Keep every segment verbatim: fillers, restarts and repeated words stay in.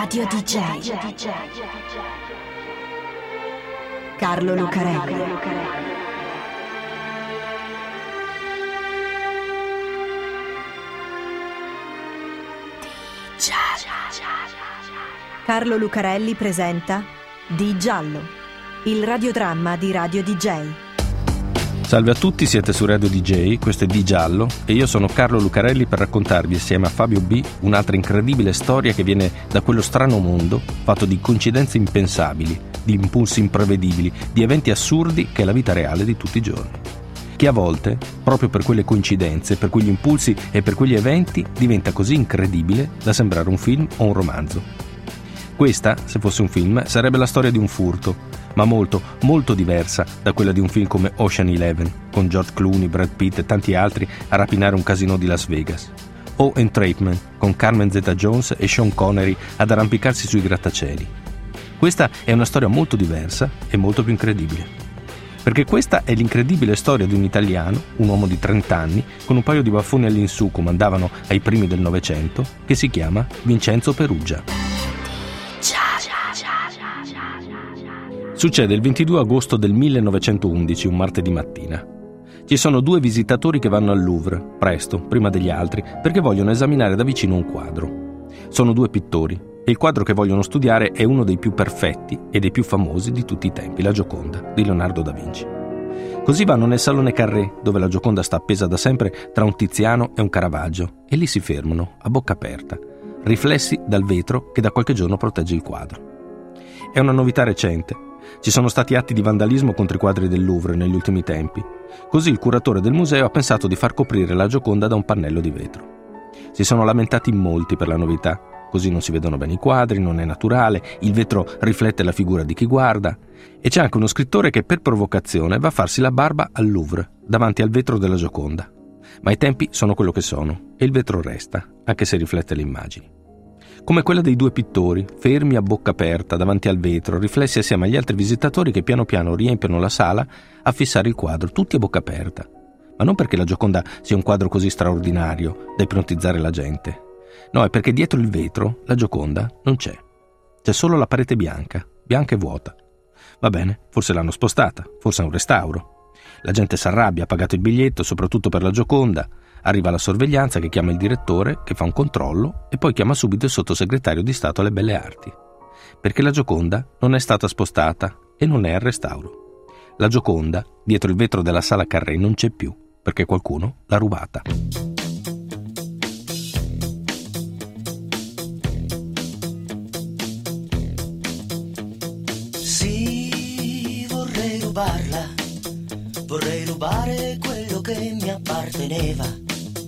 Radio D J Carlo Lucarelli. Carlo Lucarelli presenta Di Giallo, il radiodramma di Radio D J. Salve a tutti, siete su Radio D J, questo è Di Giallo e io sono Carlo Lucarelli per raccontarvi insieme a Fabio B un'altra incredibile storia che viene da quello strano mondo fatto di coincidenze impensabili, di impulsi imprevedibili, di eventi assurdi che è la vita reale di tutti i giorni. Che a volte, proprio per quelle coincidenze, per quegli impulsi e per quegli eventi, diventa così incredibile da sembrare un film o un romanzo. Questa, se fosse un film, sarebbe la storia di un furto, ma molto, molto diversa da quella di un film come Ocean Eleven, con George Clooney, Brad Pitt e tanti altri a rapinare un casino di Las Vegas, o Entrapment, con Carmen Zeta-Jones e Sean Connery ad arrampicarsi sui grattacieli. Questa è una storia molto diversa e molto più incredibile. Perché questa è l'incredibile storia di un italiano, un uomo di trenta anni, con un paio di baffoni all'insù come andavano ai primi del Novecento, che si chiama Vincenzo Peruggia. Succede il ventidue agosto del millenovecentoundici, un martedì mattina. Ci sono due visitatori che vanno al Louvre, presto, prima degli altri, perché vogliono esaminare da vicino un quadro. Sono due pittori e il quadro che vogliono studiare è uno dei più perfetti e dei più famosi di tutti i tempi, la Gioconda, di Leonardo da Vinci. Così vanno nel Salone Carré, dove la Gioconda sta appesa da sempre tra un Tiziano e un Caravaggio, e lì si fermano, a bocca aperta, riflessi dal vetro che da qualche giorno protegge il quadro. È una novità recente. Ci sono stati atti di vandalismo contro i quadri del Louvre negli ultimi tempi. Così il curatore del museo ha pensato di far coprire la Gioconda da un pannello di vetro. Si sono lamentati in molti per la novità. Così non si vedono bene i quadri, non è naturale, il vetro riflette la figura di chi guarda. E c'è anche uno scrittore che per provocazione va a farsi la barba al Louvre, davanti al vetro della Gioconda. Ma i tempi sono quello che sono e il vetro resta, anche se riflette le immagini. Come quella dei due pittori, fermi a bocca aperta davanti al vetro, riflessi assieme agli altri visitatori che piano piano riempiono la sala a fissare il quadro, tutti a bocca aperta. Ma non perché la Gioconda sia un quadro così straordinario da ipnotizzare la gente. No, è perché dietro il vetro la Gioconda non c'è. C'è solo la parete bianca, bianca e vuota. Va bene, forse l'hanno spostata, forse è un restauro. La gente si arrabbia, ha pagato il biglietto, soprattutto per la Gioconda. Arriva la sorveglianza che chiama il direttore, che fa un controllo e poi chiama subito il sottosegretario di Stato alle Belle Arti. Perché la Gioconda non è stata spostata e non è al restauro. La Gioconda, dietro il vetro della Sala Carré, non c'è più, perché qualcuno l'ha rubata. Sì, vorrei rubarla, vorrei rubare quello che mi apparteneva.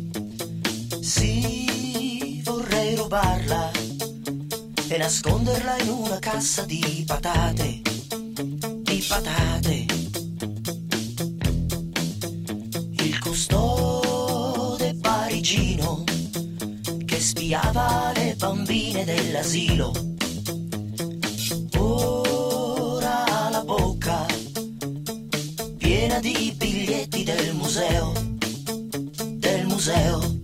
Sì, vorrei rubarla e nasconderla in una cassa di patate, di patate. Il custode parigino che spiava le bambine dell'asilo ora ha la bocca piena di biglietti del museo, del museo.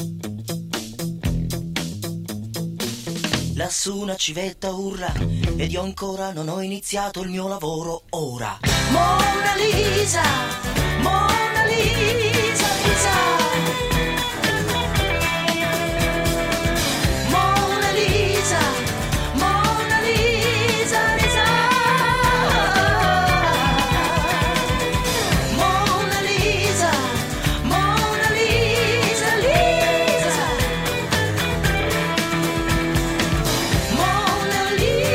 Lassù una civetta urla ed io ancora non ho iniziato il mio lavoro ora. Mona Lisa, Mona Lisa, Lisa. Mona Lisa, Mona Lisa, Lisa. Mona Lisa, Mona Lisa, Lisa. Mona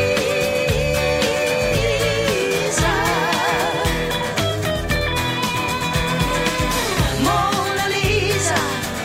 Lisa. Mona Lisa.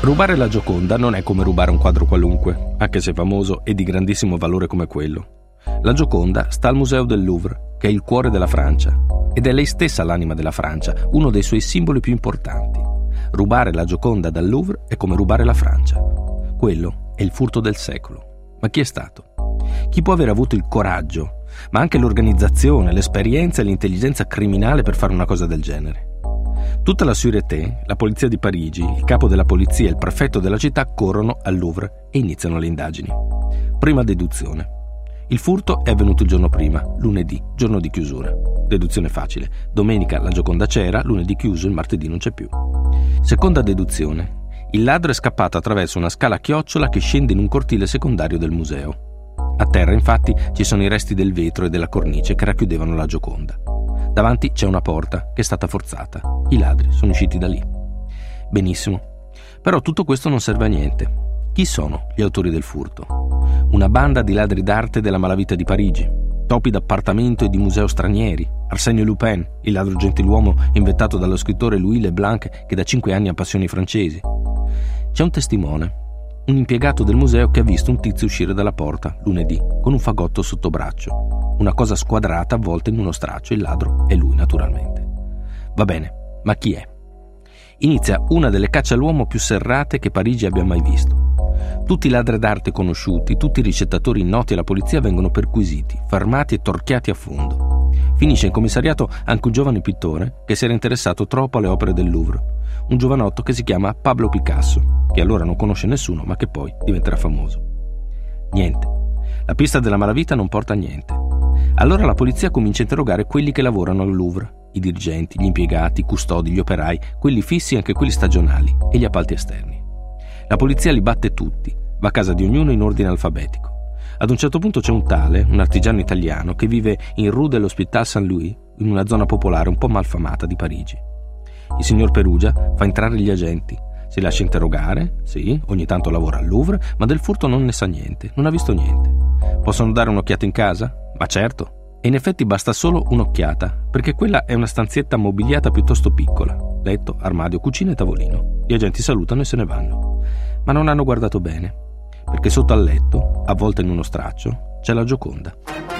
Rubare la Gioconda non è come rubare un quadro qualunque, anche se famoso e di grandissimo valore come quello. La Gioconda sta al Museo del Louvre, che è il cuore della Francia, ed è lei stessa l'anima della Francia, uno dei suoi simboli più importanti. Rubare la Gioconda dal Louvre è come rubare la Francia. Quello è il furto del secolo. Ma chi è stato? Chi può aver avuto il coraggio, ma anche l'organizzazione, l'esperienza e l'intelligenza criminale per fare una cosa del genere? Tutta la Sûreté, la polizia di Parigi, il capo della polizia e il prefetto della città corrono al Louvre e iniziano le indagini. Prima deduzione. Il furto è avvenuto il giorno prima, lunedì, giorno di chiusura. Deduzione facile. Domenica la Gioconda c'era, lunedì chiuso, il martedì non c'è più. Seconda deduzione. Il ladro è scappato attraverso una scala a chiocciola che scende in un cortile secondario del museo. A terra, infatti, ci sono i resti del vetro e della cornice che racchiudevano la Gioconda. Davanti c'è una porta che è stata forzata. I ladri sono usciti da lì. Benissimo. Però tutto questo non serve a niente. Chi sono gli autori del furto? Una banda di ladri d'arte della malavita di Parigi, topi d'appartamento e di museo stranieri, Arsène Lupin, il ladro gentiluomo inventato dallo scrittore Louis Leblanc che da cinque anni appassiona i francesi. C'è un testimone, un impiegato del museo che ha visto un tizio uscire dalla porta lunedì con un fagotto sotto braccio, una cosa squadrata avvolta in uno straccio. Il ladro è lui, naturalmente. Va bene, ma chi è? Inizia una delle cacce all'uomo più serrate che Parigi abbia mai visto. Tutti i ladri d'arte conosciuti, tutti i ricettatori noti alla polizia vengono perquisiti, fermati e torchiati a fondo. Finisce in commissariato anche un giovane pittore che si era interessato troppo alle opere del Louvre, un giovanotto che si chiama Pablo Picasso, che allora non conosce nessuno ma che poi diventerà famoso. Niente. La pista della malavita non porta a niente. Allora la polizia comincia a interrogare quelli che lavorano al Louvre, i dirigenti, gli impiegati, i custodi, gli operai, quelli fissi e anche quelli stagionali e gli appalti esterni. La polizia li batte tutti, va a casa di ognuno in ordine alfabetico. Ad un certo punto c'è un tale, un artigiano italiano, che vive in Rue de l'Hôpital Saint-Louis, in una zona popolare un po' malfamata di Parigi. Il signor Perugia fa entrare gli agenti, si lascia interrogare, sì, ogni tanto lavora al Louvre, ma del furto non ne sa niente, non ha visto niente. Possono dare un'occhiata in casa? Ma certo. E in effetti basta solo un'occhiata, perché quella è una stanzietta mobiliata piuttosto piccola. Letto, armadio, cucina e tavolino. Gli agenti salutano e se ne vanno. Ma non hanno guardato bene, perché sotto al letto, avvolta in uno straccio, c'è la Gioconda.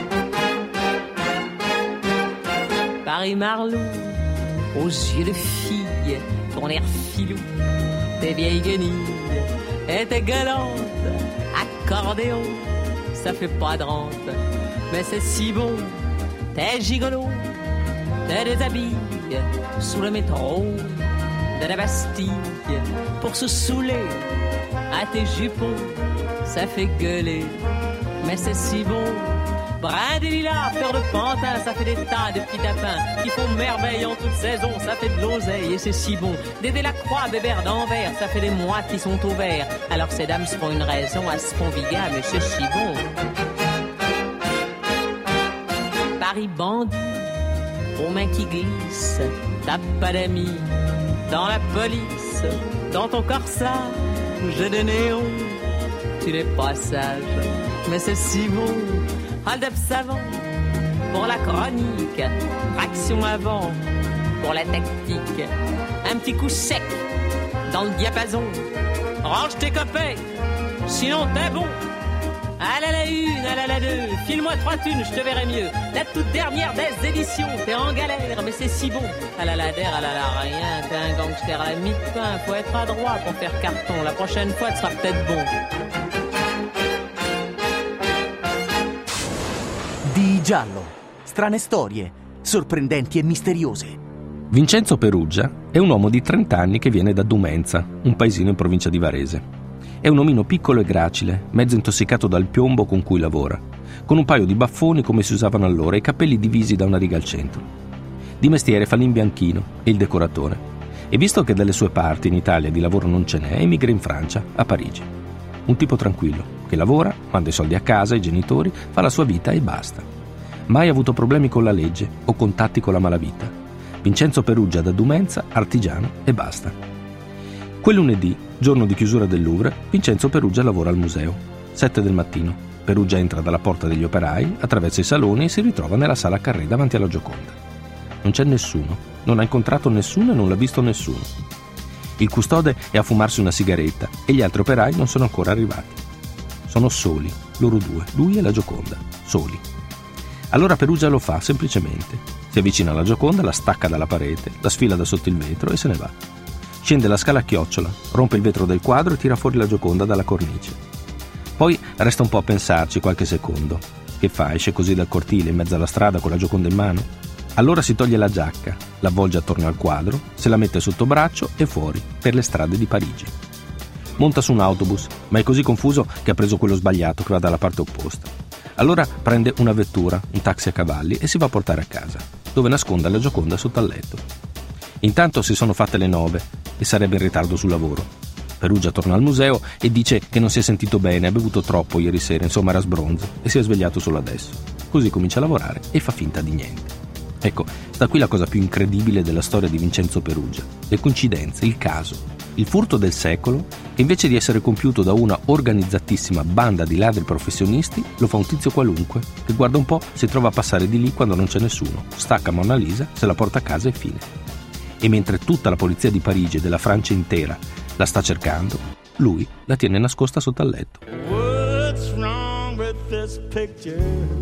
Paris Marlou, aux yeux de fille, ton air filou, tes vieilles guenilles et tes galantes, accordéon, ça fait pas de rente, mais c'est si bon, t'es gigolo, t'es déshabille sous le métro de la Bastille pour se saouler à tes jupons, ça fait gueuler, mais c'est si bon. Brin de lilas, fleur de pantin, ça fait des tas de petits tapins qui font merveille en toute saison, ça fait de l'oseille et c'est si bon. Dédé la croix, Bébert d'Anvers, ça fait des mois qui sont au vert. Alors ces dames se font une raison, elles se font viga, mais c'est si bon. Paris bandit, aux mains qui glissent, t'as pas d'amis dans la police, dans ton corsage, jeu de néon, tu n'es pas sage, mais c'est si bon. Hold-up savant pour la chronique, traction avant pour la tactique, un petit coup sec dans le diapason, range tes copains, sinon t'es bon. Allez à la une, allez à la deux, file-moi trois thunes, je te verrai mieux. La toute dernière des éditions, t'es en galère, mais c'est si bon. À la la der, à la la rien, t'es un gangster à la mi-pain, faut être adroit pour faire carton. La prochaine fois, tu seras peut-être bon. Di Giallo. Strane storie, sorprendenti e misteriose. Vincenzo Perugia è un uomo di trenta anni che viene da Dumenza, un paesino in provincia di Varese. È un omino piccolo e gracile, mezzo intossicato dal piombo con cui lavora, con un paio di baffoni come si usavano allora e i capelli divisi da una riga al centro. Di mestiere fa l'imbianchino e il decoratore, e visto che dalle sue parti in Italia di lavoro non ce n'è, emigra in Francia, a Parigi. Un tipo tranquillo, che lavora, manda i soldi a casa ai genitori, fa la sua vita e basta. Mai avuto problemi con la legge o contatti con la malavita. Vincenzo Perugia da Dumenza, artigiano e basta. Quel lunedì, giorno di chiusura del Louvre, Vincenzo Perugia lavora al museo. Sette del mattino. Perugia entra dalla porta degli operai, attraversa i saloni e si ritrova nella sala Carré davanti alla Gioconda. Non c'è nessuno, non ha incontrato nessuno e non l'ha visto nessuno. Il custode è a fumarsi una sigaretta e gli altri operai non sono ancora arrivati. Sono soli, loro due, lui e la Gioconda, soli. Allora Perugia lo fa semplicemente. Si avvicina alla Gioconda, la stacca dalla parete, la sfila da sotto il vetro e se ne va. Scende la scala a chiocciola, rompe il vetro del quadro e tira fuori la Gioconda dalla cornice. Poi resta un po' a pensarci qualche secondo. Che fa? Esce così dal cortile in mezzo alla strada con la Gioconda in mano? Allora si toglie la giacca, l'avvolge attorno al quadro, se la mette sotto braccio e fuori per le strade di Parigi. Monta su un autobus, ma è così confuso che ha preso quello sbagliato che va dalla parte opposta. Allora prende una vettura, un taxi a cavalli e si va a portare a casa, dove nasconde la Gioconda sotto al letto. Intanto si sono fatte le nove e sarebbe in ritardo sul lavoro. Perugia torna al museo e dice che non si è sentito bene, ha bevuto troppo ieri sera, insomma era sbronzo e si è svegliato solo adesso. Così comincia a lavorare e fa finta di niente. Ecco, sta qui la cosa più incredibile della storia di Vincenzo Perugia. Le coincidenze, il caso. Il furto del secolo, che invece di essere compiuto da una organizzatissima banda di ladri professionisti, lo fa un tizio qualunque, che guarda un po' si trova a passare di lì quando non c'è nessuno, stacca Mona Lisa, se la porta a casa e fine. E mentre tutta la polizia di Parigi e della Francia intera la sta cercando, lui la tiene nascosta sotto al letto. What's wrong with this picture?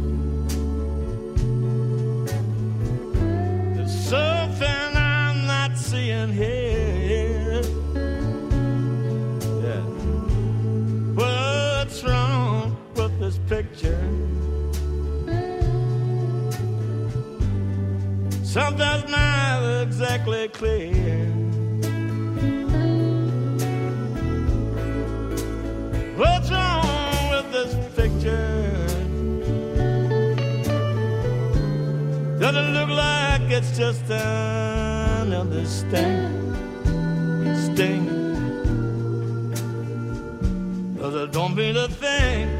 There's something I'm not seeing here. Yeah. What's wrong with this picture? Something's not exactly clear. What's wrong with this picture? Does it look like it's just another sting? Sting. Does it don't mean a thing?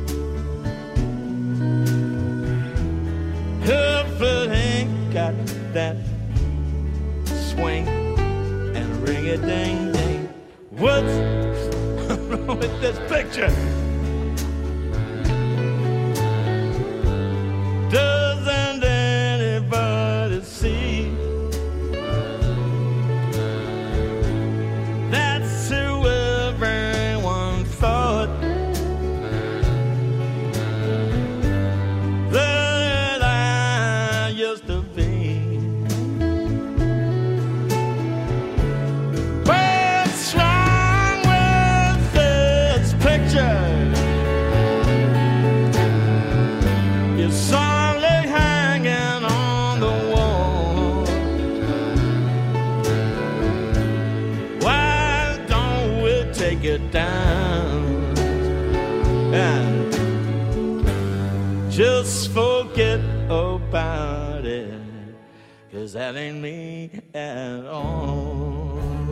If it ain't got that swing and ring a ding ding. What's wrong with this picture? Doesn't anybody see? That's who everyone thought that I used to be. What's wrong with this picture? It's only hanging on the wall. Why don't we take it down and just forget about it? 'Cause that ain't me at all.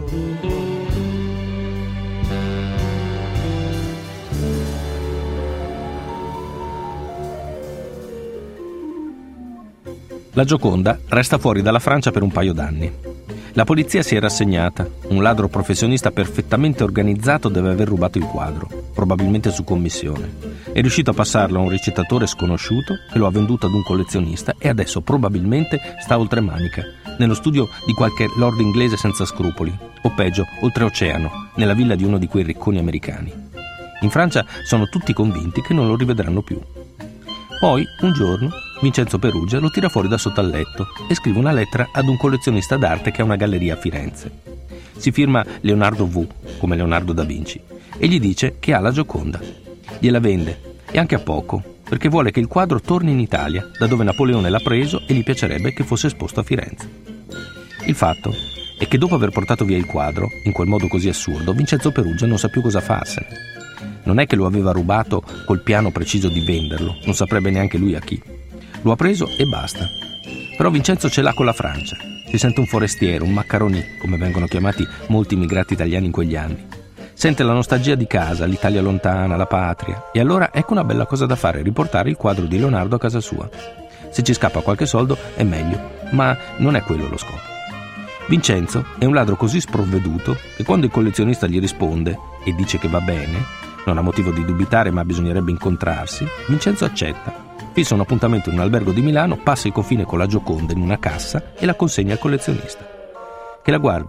La Gioconda resta fuori dalla Francia per un paio d'anni. La polizia si è rassegnata. Un ladro professionista perfettamente organizzato deve aver rubato il quadro, probabilmente su commissione. È riuscito a passarlo a un ricetatore sconosciuto che lo ha venduto ad un collezionista e adesso probabilmente sta oltremanica, nello studio di qualche lord inglese senza scrupoli, o peggio, oltreoceano, nella villa di uno di quei ricconi americani. In Francia sono tutti convinti che non lo rivedranno più. Poi, un giorno, Vincenzo Perugia lo tira fuori da sotto al letto e scrive una lettera ad un collezionista d'arte che ha una galleria a Firenze. Si firma Leonardo V, come Leonardo da Vinci, e gli dice che ha la Gioconda. Gliela vende, e anche a poco, perché vuole che il quadro torni in Italia, da dove Napoleone l'ha preso e gli piacerebbe che fosse esposto a Firenze. Il fatto è che dopo aver portato via il quadro, in quel modo così assurdo, Vincenzo Perugia non sa più cosa farsene. Non è che lo aveva rubato col piano preciso di venderlo, non saprebbe neanche lui a chi. Lo ha preso e basta. Però Vincenzo ce l'ha con la Francia. Si sente un forestiero, un maccaroni, come vengono chiamati molti immigrati italiani in quegli anni. Sente la nostalgia di casa, l'Italia lontana, la patria. E allora ecco una bella cosa da fare, riportare il quadro di Leonardo a casa sua. Se ci scappa qualche soldo è meglio, ma non è quello lo scopo. Vincenzo è un ladro così sprovveduto che quando il collezionista gli risponde e dice che va bene, non ha motivo di dubitare ma bisognerebbe incontrarsi, Vincenzo accetta. Fissa un appuntamento in un albergo di Milano, passa il confine con la Gioconda in una cassa e la consegna al collezionista. Che la guardi,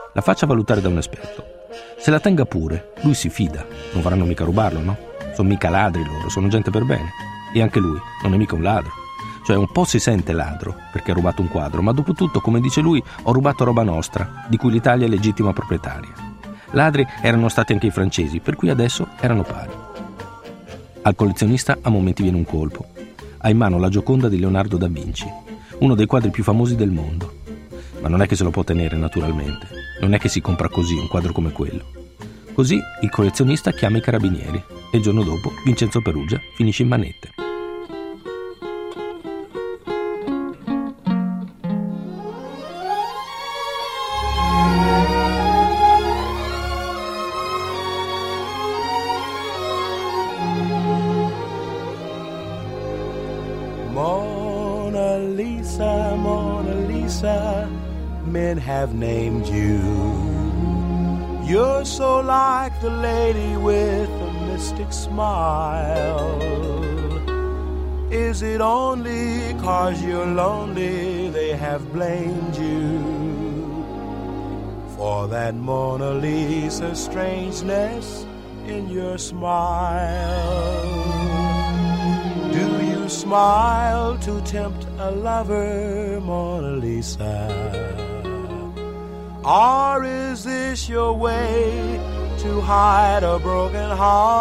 La faccia valutare da un esperto. Se la tenga pure, lui si fida. Non vorranno mica rubarlo, no? Sono mica ladri loro, sono gente per bene. E anche lui non è mica un ladro. Cioè un po' si sente ladro perché ha rubato un quadro, ma dopo tutto, come dice lui, ho rubato roba nostra, di cui l'Italia è legittima proprietaria. Ladri erano stati anche i francesi, per cui adesso erano pari. Al collezionista a momenti viene un colpo. Ha in mano la Gioconda di Leonardo da Vinci, uno dei quadri più famosi del mondo. Ma non è che se lo può tenere, naturalmente. Non è che si compra così un quadro come quello. Così il collezionista chiama i carabinieri e il giorno dopo Vincenzo Perugia finisce in manette. Mona Lisa, Mona Lisa, men have named you. You're so like the lady with a mystic smile. Is it only 'cause you're lonely they have blamed you for that Mona Lisa strangeness in your smile? Do you smile to tempt a lover, Mona Lisa? Or is this your way to hide a broken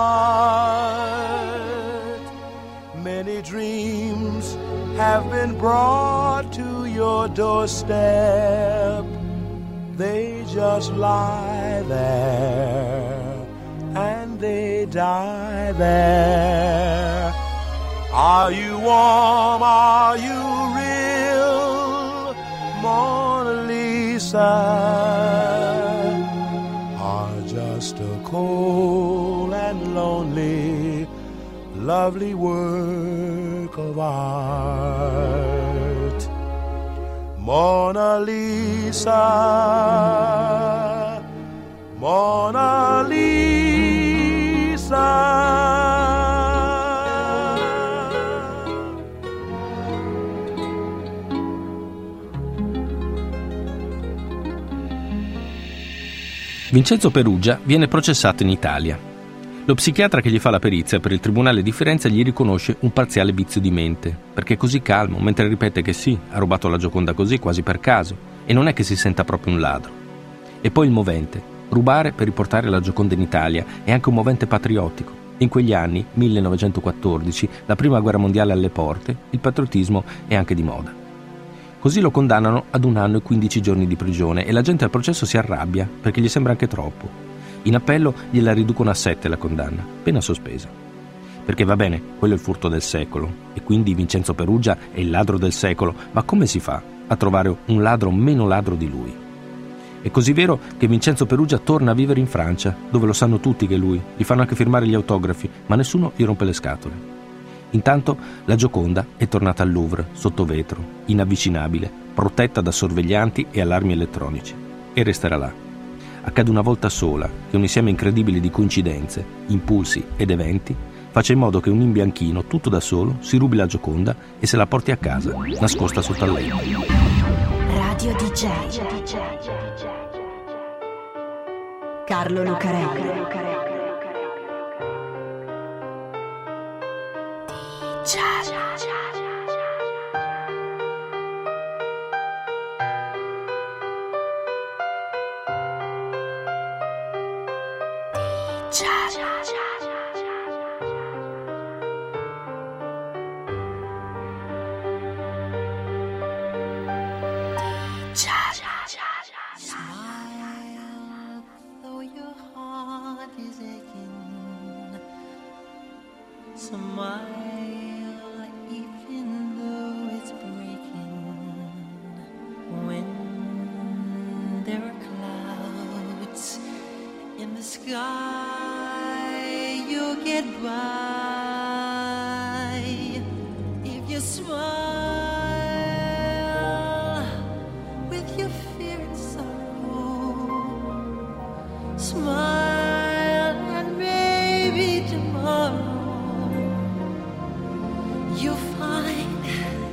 heart? Many dreams have been brought to your doorstep. They just lie there and they die there. Are you warm? Are you real, Mona Lisa? Or just a cold and lonely, lovely work of art? Mona Lisa, Mona Lisa. Vincenzo Perugia viene processato in Italia. Lo psichiatra che gli fa la perizia per il Tribunale di Firenze gli riconosce un parziale vizio di mente, perché è così calmo, mentre ripete che sì, ha rubato la Gioconda così, quasi per caso, e non è che si senta proprio un ladro. E poi il movente. Rubare per riportare la Gioconda in Italia è anche un movente patriottico. In quegli anni, millenovecentoquattordici, la prima guerra mondiale alle porte, il patriottismo è anche di moda. Così lo condannano ad un anno e quindici giorni di prigione e la gente al processo si arrabbia perché gli sembra anche troppo. In appello gliela riducono a sette la condanna, pena sospesa. Perché va bene, quello è il furto del secolo e quindi Vincenzo Perugia è il ladro del secolo, ma come si fa a trovare un ladro meno ladro di lui? È così vero che Vincenzo Perugia torna a vivere in Francia, dove lo sanno tutti che è lui, gli fanno anche firmare gli autografi, ma nessuno gli rompe le scatole. Intanto la Gioconda è tornata al Louvre, sotto vetro, inavvicinabile, protetta da sorveglianti e allarmi elettronici. E resterà là. Accade una volta sola che un insieme incredibile di coincidenze, impulsi ed eventi faccia in modo che un imbianchino, tutto da solo, si rubi la Gioconda e se la porti a casa, nascosta sotto al letto. Radio D J Carlo Lucarelli. Smile, even though it's breaking. When there are clouds in the sky, you'll get by if you smile with your fear and sorrow. Smile and maybe tomorrow you'll find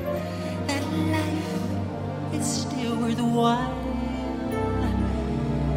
that life is still worthwhile.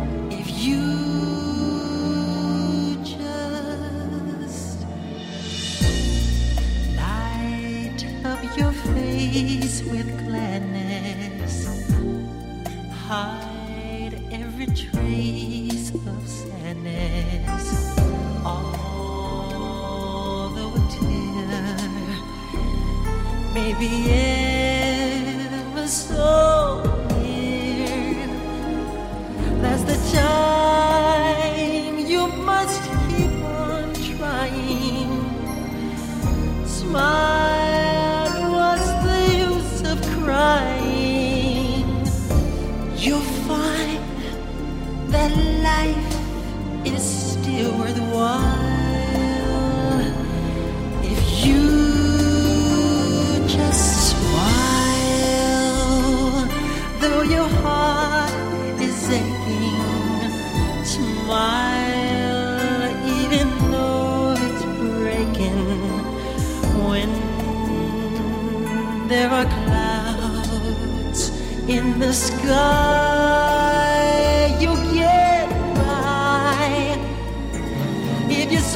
maybe ever so near. That's the time you must keep on trying. Smile, what's the use of crying? You'll find that life is still worthwhile if you just smile. Though your heart is aching, smile even though it's breaking. When there are clouds in the sky, you'll get by if you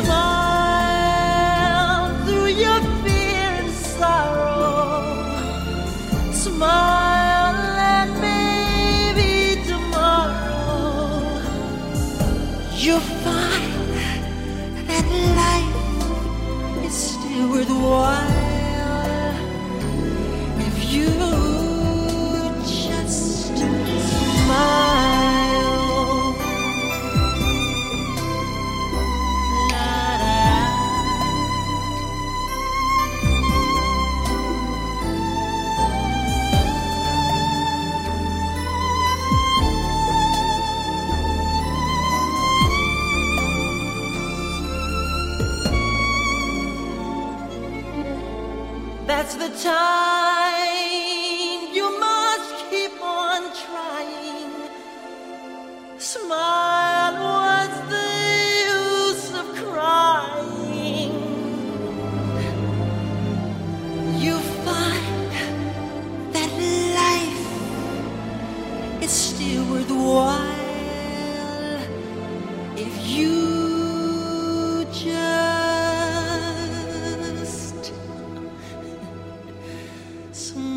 smile through your fear and sorrow. Smile and maybe tomorrow you'll find that life is still worthwhile if you just smile. La-da. That's the time you must keep on trying. Smile, what's the use of crying? You find that life is still worthwhile if you just smile.